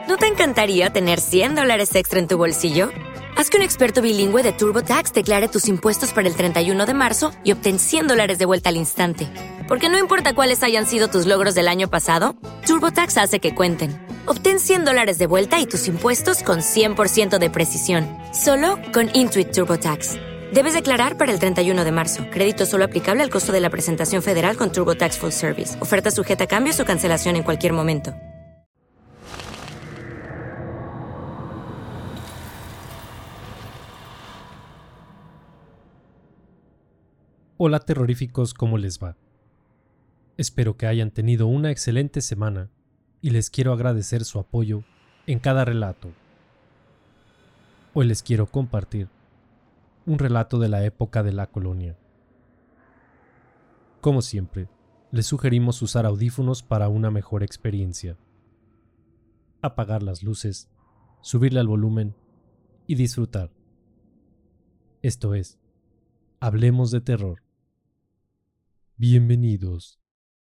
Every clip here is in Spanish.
¿No te encantaría tener $100 extra en tu bolsillo? Haz que un experto bilingüe de TurboTax declare tus impuestos para el 31 de marzo y obtén $100 de vuelta al instante. Porque no importa cuáles hayan sido tus logros del año pasado, TurboTax hace que cuenten. Obtén $100 de vuelta y tus impuestos con 100% de precisión. Solo con Intuit TurboTax. Debes declarar para el 31 de marzo. Crédito solo aplicable al costo de la presentación federal con TurboTax Full Service. Oferta sujeta a cambios o cancelación en cualquier momento. Hola terroríficos, ¿cómo les va? Espero que hayan tenido una excelente semana y les quiero agradecer su apoyo en cada relato. Hoy les quiero compartir un relato de la época de la colonia. Como siempre, les sugerimos usar audífonos para una mejor experiencia. Apagar las luces, subirle al volumen y disfrutar. Esto es, Hablemos de Terror. Bienvenidos.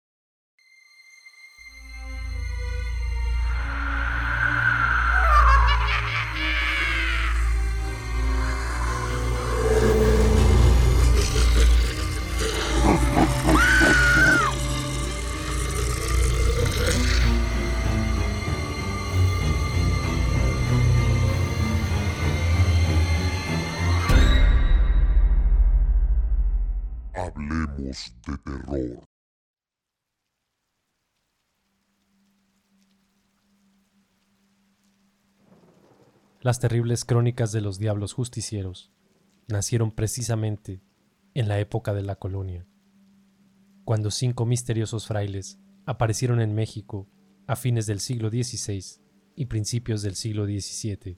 Hablemos de terror. Las terribles crónicas de los diablos justicieros nacieron precisamente en la época de la colonia, cuando 5 misteriosos frailes aparecieron en México a fines del siglo XVI y principios del siglo XVII.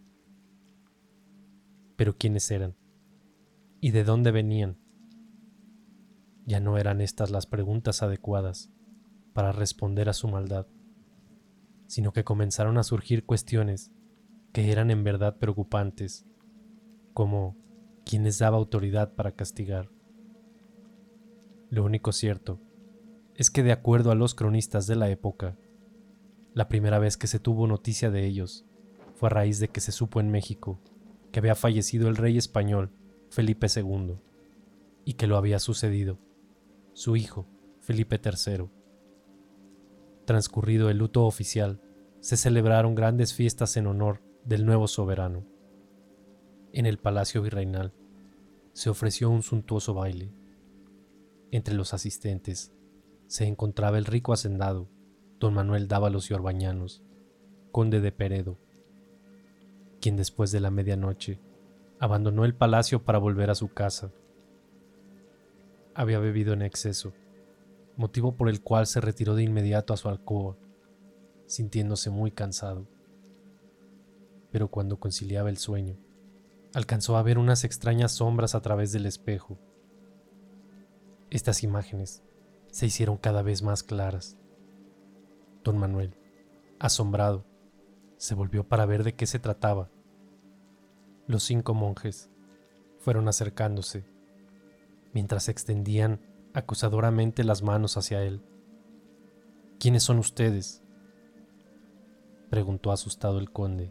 Pero ¿quiénes eran? ¿Y de dónde venían? Ya no eran estas las preguntas adecuadas para responder a su maldad, sino que comenzaron a surgir cuestiones que eran en verdad preocupantes, como ¿quién les daba autoridad para castigar? Lo único cierto es que, de acuerdo a los cronistas de la época, la primera vez que se tuvo noticia de ellos fue a raíz de que se supo en México que había fallecido el rey español Felipe II y que lo había sucedido su hijo Felipe III. Transcurrido el luto oficial, se celebraron grandes fiestas en honor del nuevo soberano. En el Palacio Virreinal se ofreció un suntuoso baile. Entre los asistentes se encontraba el rico hacendado don Manuel Dávalos y Orbañanos, conde de Peredo, quien después de la medianoche abandonó el palacio para volver a su casa. Había bebido en exceso, motivo por el cual se retiró de inmediato a su alcoba, sintiéndose muy cansado. Pero cuando conciliaba el sueño, alcanzó a ver unas extrañas sombras a través del espejo. Estas imágenes se hicieron cada vez más claras. Don Manuel, asombrado, se volvió para ver de qué se trataba. Los 5 monjes fueron acercándose, mientras extendían acusadoramente las manos hacia él. ¿Quiénes son ustedes?, preguntó asustado el conde.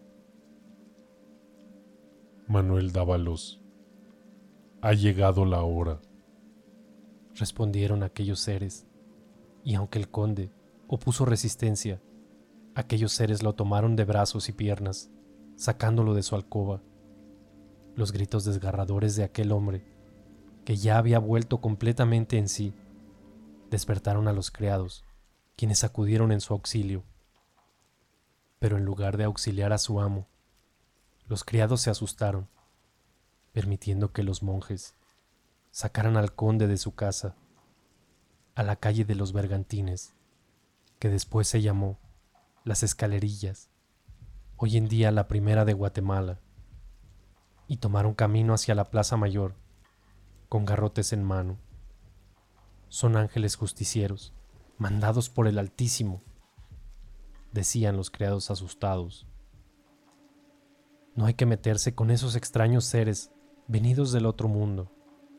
Manuel Dávalos, ha llegado la hora, respondieron aquellos seres, y aunque el conde opuso resistencia, aquellos seres lo tomaron de brazos y piernas, sacándolo de su alcoba. Los gritos desgarradores de aquel hombre, que ya había vuelto completamente en sí, despertaron a los criados, quienes acudieron en su auxilio. Pero en lugar de auxiliar a su amo, los criados se asustaron, permitiendo que los monjes sacaran al conde de su casa, a la calle de los Bergantines, que después se llamó Las Escalerillas, hoy en día la primera de Guatemala, y tomaron camino hacia la Plaza Mayor, con garrotes en mano. Son ángeles justicieros, mandados por el Altísimo, decían los criados asustados. No hay que meterse con esos extraños seres venidos del otro mundo.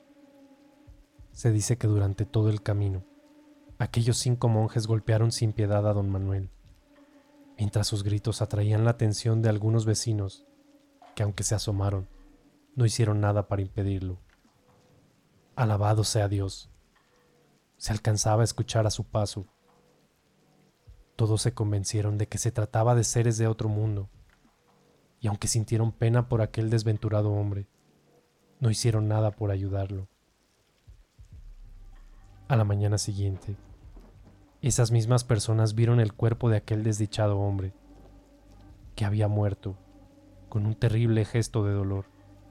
Se dice que durante todo el camino, aquellos 5 monjes golpearon sin piedad a don Manuel, mientras sus gritos atraían la atención de algunos vecinos que, aunque se asomaron, no hicieron nada para impedirlo. Alabado sea Dios. Se alcanzaba a escuchar a su paso. Todos se convencieron de que se trataba de seres de otro mundo, y aunque sintieron pena por aquel desventurado hombre, no hicieron nada por ayudarlo. A la mañana siguiente, esas mismas personas vieron el cuerpo de aquel desdichado hombre, que había muerto con un terrible gesto de dolor.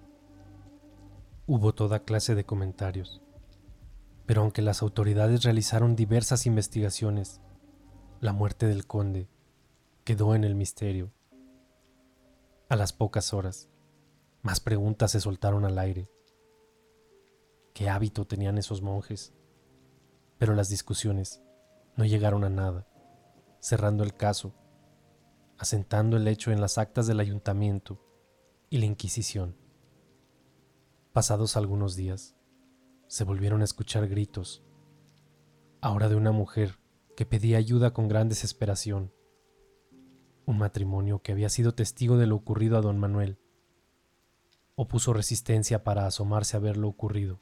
Hubo toda clase de comentarios, pero aunque las autoridades realizaron diversas investigaciones, la muerte del conde quedó en el misterio. A las pocas horas, más preguntas se soltaron al aire. ¿Qué hábito tenían esos monjes? Pero las discusiones no llegaron a nada, cerrando el caso, asentando el hecho en las actas del ayuntamiento y la Inquisición. Pasados algunos días, se volvieron a escuchar gritos, ahora de una mujer que pedía ayuda con gran desesperación. Un matrimonio que había sido testigo de lo ocurrido a don Manuel opuso resistencia para asomarse a ver lo ocurrido.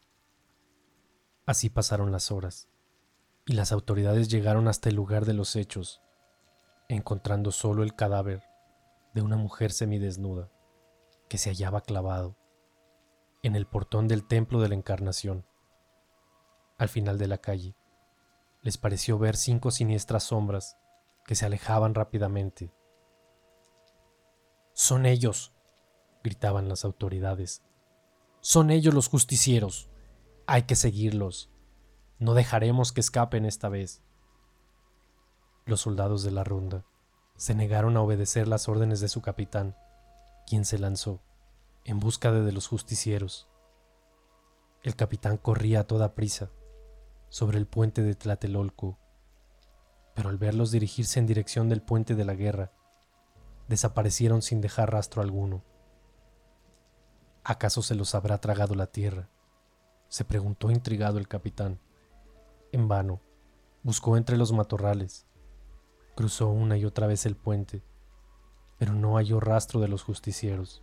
Así pasaron las horas, y las autoridades llegaron hasta el lugar de los hechos, encontrando solo el cadáver de una mujer semidesnuda que se hallaba clavado en el portón del Templo de la Encarnación. Al final de la calle, les pareció ver 5 siniestras sombras que se alejaban rápidamente. «¡Son ellos!», gritaban las autoridades. «¡Son ellos los justicieros! Hay que seguirlos. No dejaremos que escapen esta vez». Los soldados de la ronda se negaron a obedecer las órdenes de su capitán, quien se lanzó en busca de los justicieros. El capitán corría a toda prisa sobre el puente de Tlatelolco, pero al verlos dirigirse en dirección del puente de la Guerra, desaparecieron sin dejar rastro alguno. ¿Acaso se los habrá tragado la tierra?, se preguntó intrigado el capitán. En vano, buscó entre los matorrales, cruzó una y otra vez el puente, pero no halló rastro de los justicieros.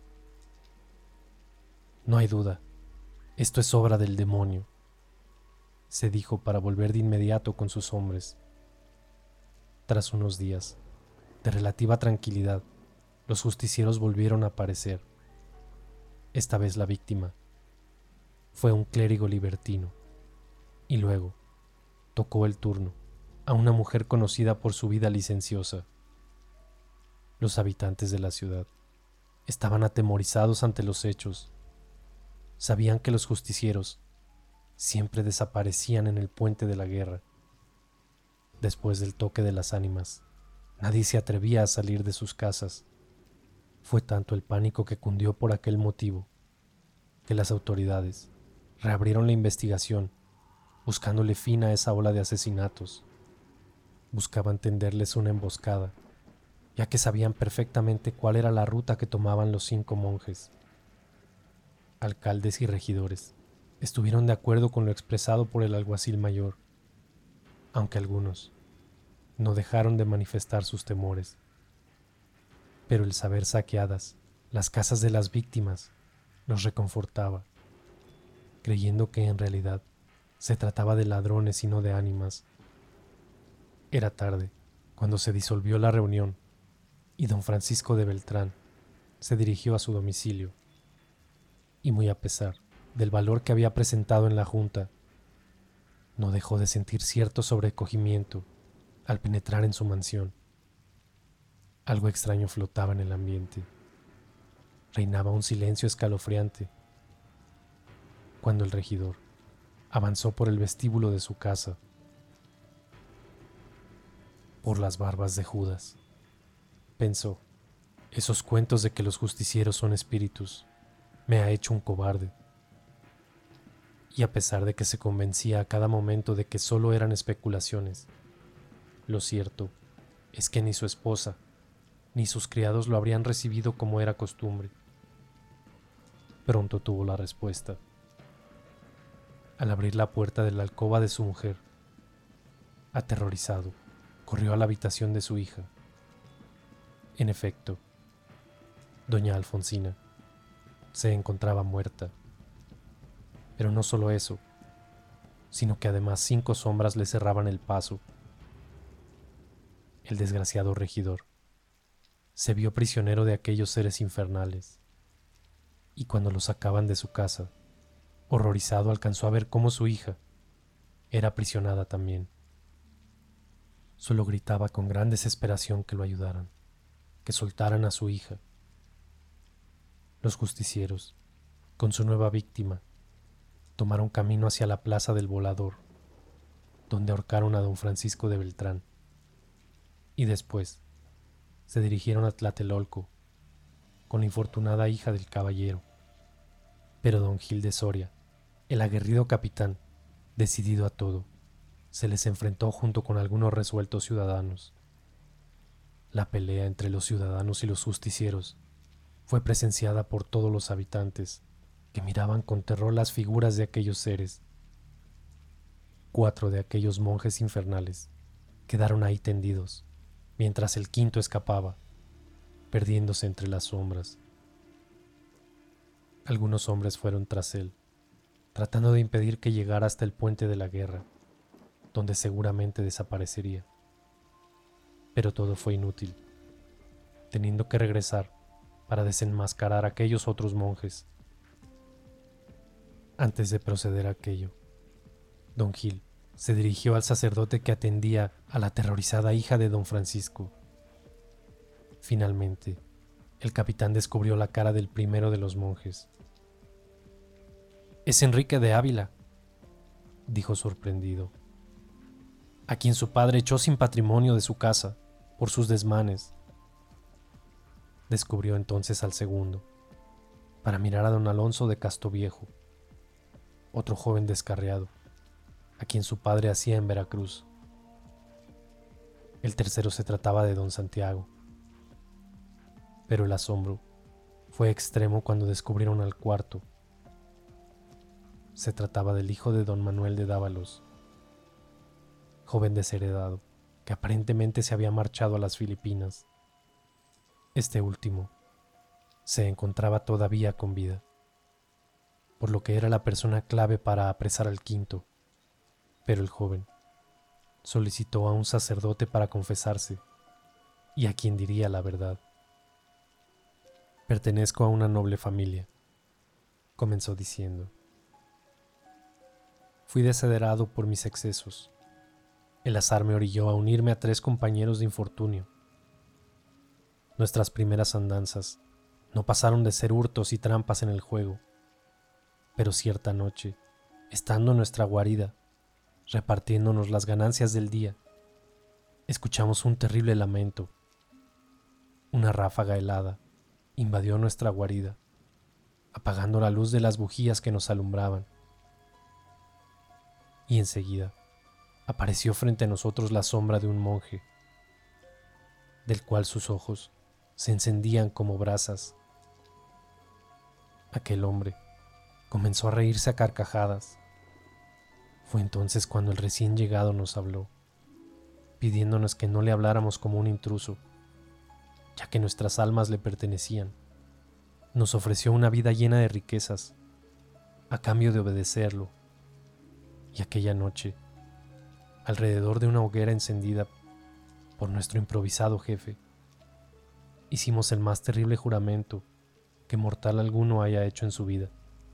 «No hay duda, esto es obra del demonio», se dijo para volver de inmediato con sus hombres. Tras unos días de relativa tranquilidad, los justicieros volvieron a aparecer. Esta vez la víctima fue un clérigo libertino, y luego tocó el turno a una mujer conocida por su vida licenciosa. Los habitantes de la ciudad estaban atemorizados ante los hechos. Sabían que los justicieros siempre desaparecían en el puente de la Guerra. Después del toque de las ánimas, nadie se atrevía a salir de sus casas. Fue tanto el pánico que cundió por aquel motivo, que las autoridades reabrieron la investigación, buscándole fin a esa ola de asesinatos. Buscaban tenderles una emboscada, ya que sabían perfectamente cuál era la ruta que tomaban los 5 monjes. Alcaldes y regidores estuvieron de acuerdo con lo expresado por el alguacil mayor, aunque algunos no dejaron de manifestar sus temores. Pero el saber saqueadas las casas de las víctimas los reconfortaba, creyendo que en realidad se trataba de ladrones y no de ánimas. Era tarde cuando se disolvió la reunión y don Francisco de Beltrán se dirigió a su domicilio, y muy a pesar del valor que había presentado en la junta, no dejó de sentir cierto sobrecogimiento al penetrar en su mansión. Algo extraño flotaba en el ambiente. Reinaba un silencio escalofriante. Cuando el regidor avanzó por el vestíbulo de su casa, por las barbas de Judas, pensó: esos cuentos de que los justicieros son espíritus me ha hecho un cobarde. Y a pesar de que se convencía a cada momento de que solo eran especulaciones, lo cierto es que ni su esposa ni sus criados lo habrían recibido como era costumbre. Pronto tuvo la respuesta. Al abrir la puerta de la alcoba de su mujer, aterrorizado, corrió a la habitación de su hija En efecto, doña Alfonsina se encontraba muerta. Pero no solo eso, sino que además 5 sombras le cerraban el paso. El desgraciado regidor se vio prisionero de aquellos seres infernales, y cuando lo sacaban de su casa, horrorizado alcanzó a ver cómo su hija era aprisionada también. Solo gritaba con gran desesperación que lo ayudaran, que soltaran a su hija. Los justicieros, con su nueva víctima, tomaron camino hacia la plaza del Volador, donde ahorcaron a don Francisco de Beltrán, y después se dirigieron a Tlatelolco con la infortunada hija del caballero. Pero don Gil de Soria, el aguerrido capitán, decidido a todo, se les enfrentó junto con algunos resueltos ciudadanos. La pelea entre los ciudadanos y los justicieros fue presenciada por todos los habitantes, que miraban con terror las figuras de aquellos seres. 4 de aquellos monjes infernales quedaron ahí tendidos, mientras el 5.º escapaba, perdiéndose entre las sombras. Algunos hombres fueron tras él, tratando de impedir que llegara hasta el puente de la guerra, donde seguramente desaparecería. Pero todo fue inútil, teniendo que regresar para desenmascarar a aquellos otros monjes. Antes de proceder a aquello, don Gil se dirigió al sacerdote que atendía a la aterrorizada hija de don Francisco. Finalmente, el capitán descubrió la cara del primero de los monjes. «Es Enrique de Ávila», dijo sorprendido, «a quien su padre echó sin patrimonio de su casa por sus desmanes». Descubrió entonces al segundo, para mirar a don Alonso de Castoviejo, otro joven descarriado, a quien su padre hacía en Veracruz. El tercero se trataba de don Santiago. Pero el asombro fue extremo cuando descubrieron al cuarto. Se trataba del hijo de don Manuel de Dávalos, joven desheredado, que aparentemente se había marchado a las Filipinas. Este último se encontraba todavía con vida, por lo que era la persona clave para apresar al 5.º. Pero el joven solicitó a un sacerdote para confesarse y a quien diría la verdad. «Pertenezco a una noble familia», comenzó diciendo. «Fui desheredado por mis excesos. El azar me orilló a unirme a 3 compañeros de infortunio. Nuestras primeras andanzas no pasaron de ser hurtos y trampas en el juego, pero cierta noche, estando en nuestra guarida, repartiéndonos las ganancias del día, escuchamos un terrible lamento. Una ráfaga helada invadió nuestra guarida, apagando la luz de las bujías que nos alumbraban. Y enseguida apareció frente a nosotros la sombra de un monje, del cual sus ojos se encendían como brasas. Aquel hombre comenzó a reírse a carcajadas. Fue entonces cuando el recién llegado nos habló, pidiéndonos que no le habláramos como un intruso, ya que nuestras almas le pertenecían. Nos ofreció una vida llena de riquezas, a cambio de obedecerlo. Y aquella noche, alrededor de una hoguera encendida por nuestro improvisado jefe, hicimos el más terrible juramento que mortal alguno haya hecho en su vida.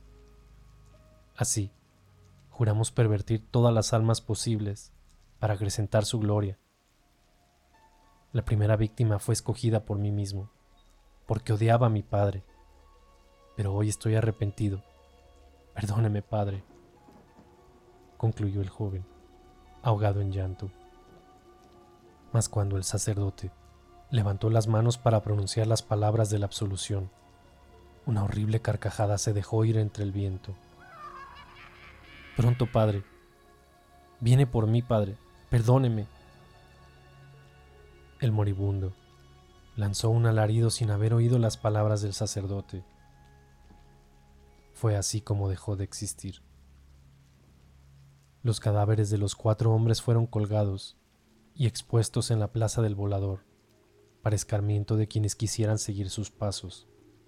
Así, juramos pervertir todas las almas posibles para acrecentar su gloria. La primera víctima fue escogida por mí mismo, porque odiaba a mi padre, pero hoy estoy arrepentido. Perdóneme, padre», concluyó el joven, ahogado en llanto. Mas cuando el sacerdote levantó las manos para pronunciar las palabras de la absolución, una horrible carcajada se dejó oír entre el viento. «Pronto, padre. Viene por mí, padre. Perdóneme». El moribundo lanzó un alarido sin haber oído las palabras del sacerdote. Fue así como dejó de existir. Los cadáveres de los 4 hombres fueron colgados y expuestos en la plaza del Volador, para escarmiento de quienes quisieran seguir sus pasos.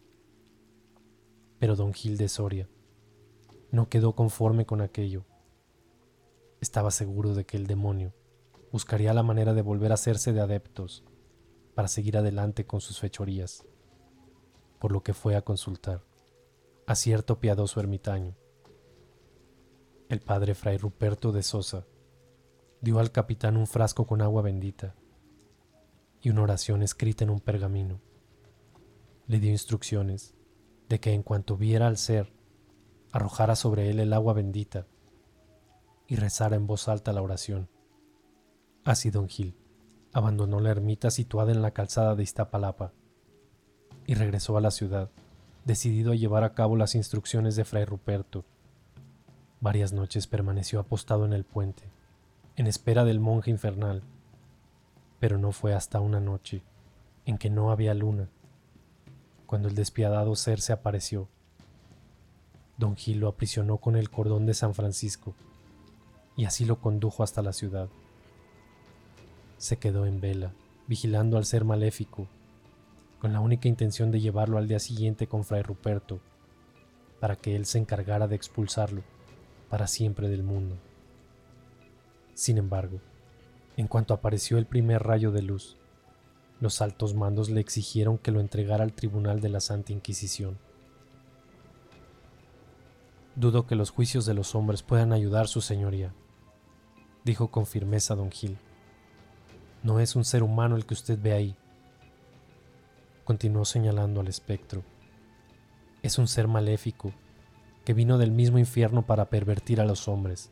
Pero don Gil de Soria no quedó conforme con aquello. Estaba seguro de que el demonio buscaría la manera de volver a hacerse de adeptos para seguir adelante con sus fechorías, por lo que fue a consultar a cierto piadoso ermitaño. El padre Fray Ruperto de Sosa dio al capitán un frasco con agua bendita y una oración escrita en un pergamino. Le dio instrucciones de que en cuanto viera al ser, arrojara sobre él el agua bendita y rezara en voz alta la oración. Así don Gil abandonó la ermita situada en la calzada de Iztapalapa y regresó a la ciudad, decidido a llevar a cabo las instrucciones de Fray Ruperto. Varias noches permaneció apostado en el puente, en espera del monje infernal, pero no fue hasta una noche, en que no había luna, cuando el despiadado ser se apareció. Don Gil lo aprisionó con el cordón de San Francisco y así lo condujo hasta la ciudad. Se quedó en vela, vigilando al ser maléfico, con la única intención de llevarlo al día siguiente con Fray Ruperto, para que él se encargara de expulsarlo para siempre del mundo. Sin embargo, en cuanto apareció el primer rayo de luz, los altos mandos le exigieron que lo entregara al tribunal de la Santa Inquisición. «Dudo que los juicios de los hombres puedan ayudar, su señoría», dijo con firmeza don Gil. «No es un ser humano el que usted ve ahí», continuó señalando al espectro. «Es un ser maléfico que vino del mismo infierno para pervertir a los hombres».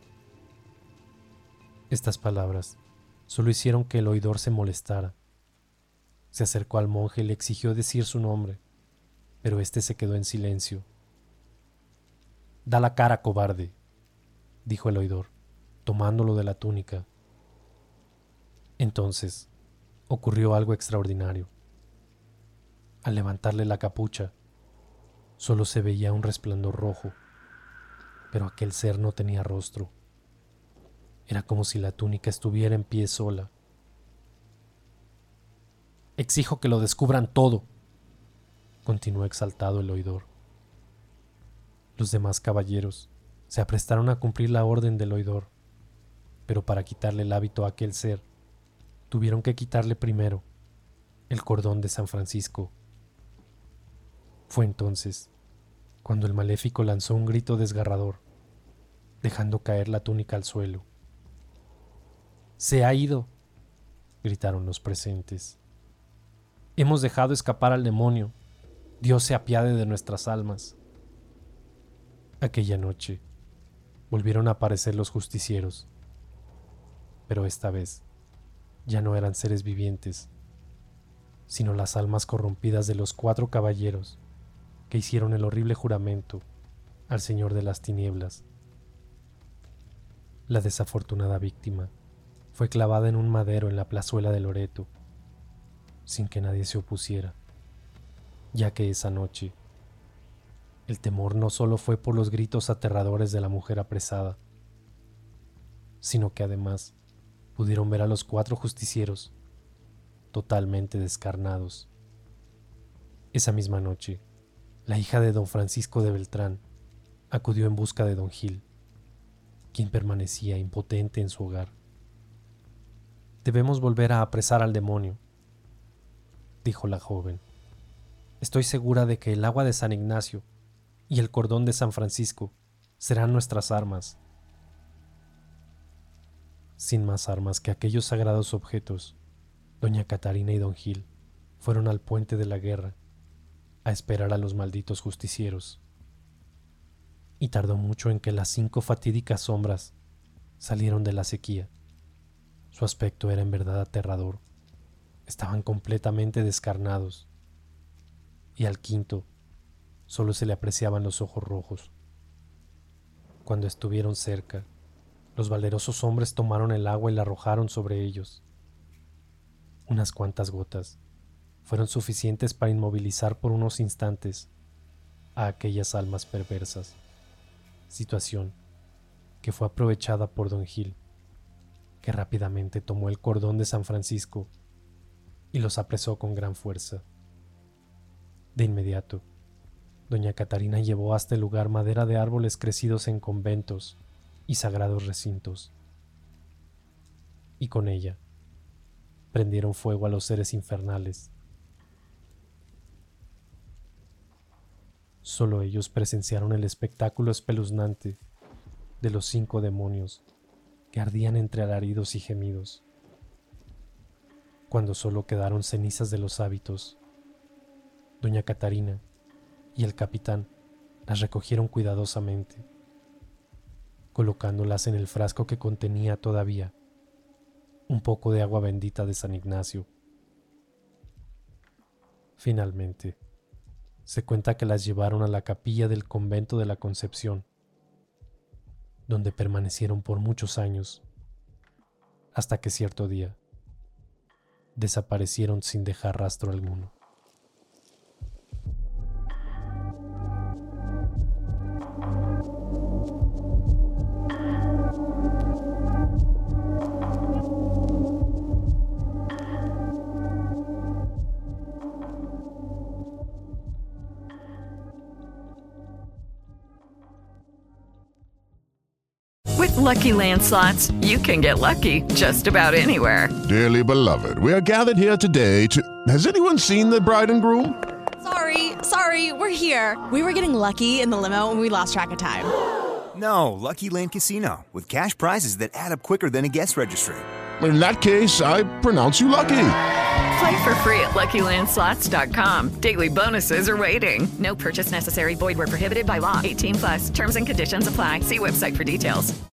Estas palabras solo hicieron que el oidor se molestara. Se acercó al monje y le exigió decir su nombre, pero éste se quedó en silencio. «Da la cara, cobarde», dijo el oidor, tomándolo de la túnica. Entonces ocurrió algo extraordinario. Al levantarle la capucha, solo se veía un resplandor rojo, pero aquel ser no tenía rostro. Era como si la túnica estuviera en pie sola. «Exijo que lo descubran todo», continuó exaltado el oidor. Los demás caballeros se aprestaron a cumplir la orden del oidor, pero para quitarle el hábito a aquel ser, tuvieron que quitarle primero el cordón de San Francisco. Fue entonces cuando el maléfico lanzó un grito desgarrador, dejando caer la túnica al suelo. «Se ha ido», gritaron los presentes. «Hemos dejado escapar al demonio. Dios se apiade de nuestras almas». Aquella noche volvieron a aparecer los justicieros, pero esta vez ya no eran seres vivientes, sino las almas corrompidas de los 4 caballeros que hicieron el horrible juramento al Señor de las Tinieblas. La desafortunada víctima fue clavada en un madero en la plazuela de Loreto, sin que nadie se opusiera, ya que esa noche el temor no solo fue por los gritos aterradores de la mujer apresada, sino que además pudieron ver a los 4 justicieros totalmente descarnados. Esa misma noche, la hija de don Francisco de Beltrán acudió en busca de don Gil, quien permanecía impotente en su hogar. «Debemos volver a apresar al demonio», dijo la joven. «Estoy segura de que el agua de San Ignacio y el cordón de San Francisco serán nuestras armas». Sin más armas que aquellos sagrados objetos, doña Catarina y don Gil fueron al puente de la guerra a esperar a los malditos justicieros. Y tardó mucho en que las 5 fatídicas sombras salieron de la sequía. Su aspecto era en verdad aterrador. Estaban completamente descarnados, y al quinto solo se le apreciaban los ojos rojos. Cuando estuvieron cerca, los valerosos hombres tomaron el agua y la arrojaron sobre ellos. Unas cuantas gotas fueron suficientes para inmovilizar por unos instantes a aquellas almas perversas, situación que fue aprovechada por don Gil, que rápidamente tomó el cordón de San Francisco y los apresó con gran fuerza. De inmediato, doña Catarina llevó a este lugar madera de árboles crecidos en conventos y sagrados recintos, y con ella prendieron fuego a los seres infernales. Solo ellos presenciaron el espectáculo espeluznante de los 5 demonios que ardían entre alaridos y gemidos. Cuando solo quedaron cenizas de los hábitos, doña Catarina y el capitán las recogieron cuidadosamente, colocándolas en el frasco que contenía todavía un poco de agua bendita de San Ignacio. Finalmente, se cuenta que las llevaron a la capilla del convento de la Concepción, donde permanecieron por muchos años, hasta que cierto día desaparecieron sin dejar rastro alguno. With Lucky Land Slots, you can get lucky just about anywhere. Dearly beloved, we are gathered here today to... Has anyone seen the bride and groom? Sorry, we're here. We were getting lucky in the limo and we lost track of time. No, Lucky Land Casino, with cash prizes that add up quicker than a guest registry. In that case, I pronounce you lucky. Play for free at LuckyLandSlots.com. Daily bonuses are waiting. No purchase necessary. Void where prohibited by law. 18+. Terms and conditions apply. See website for details.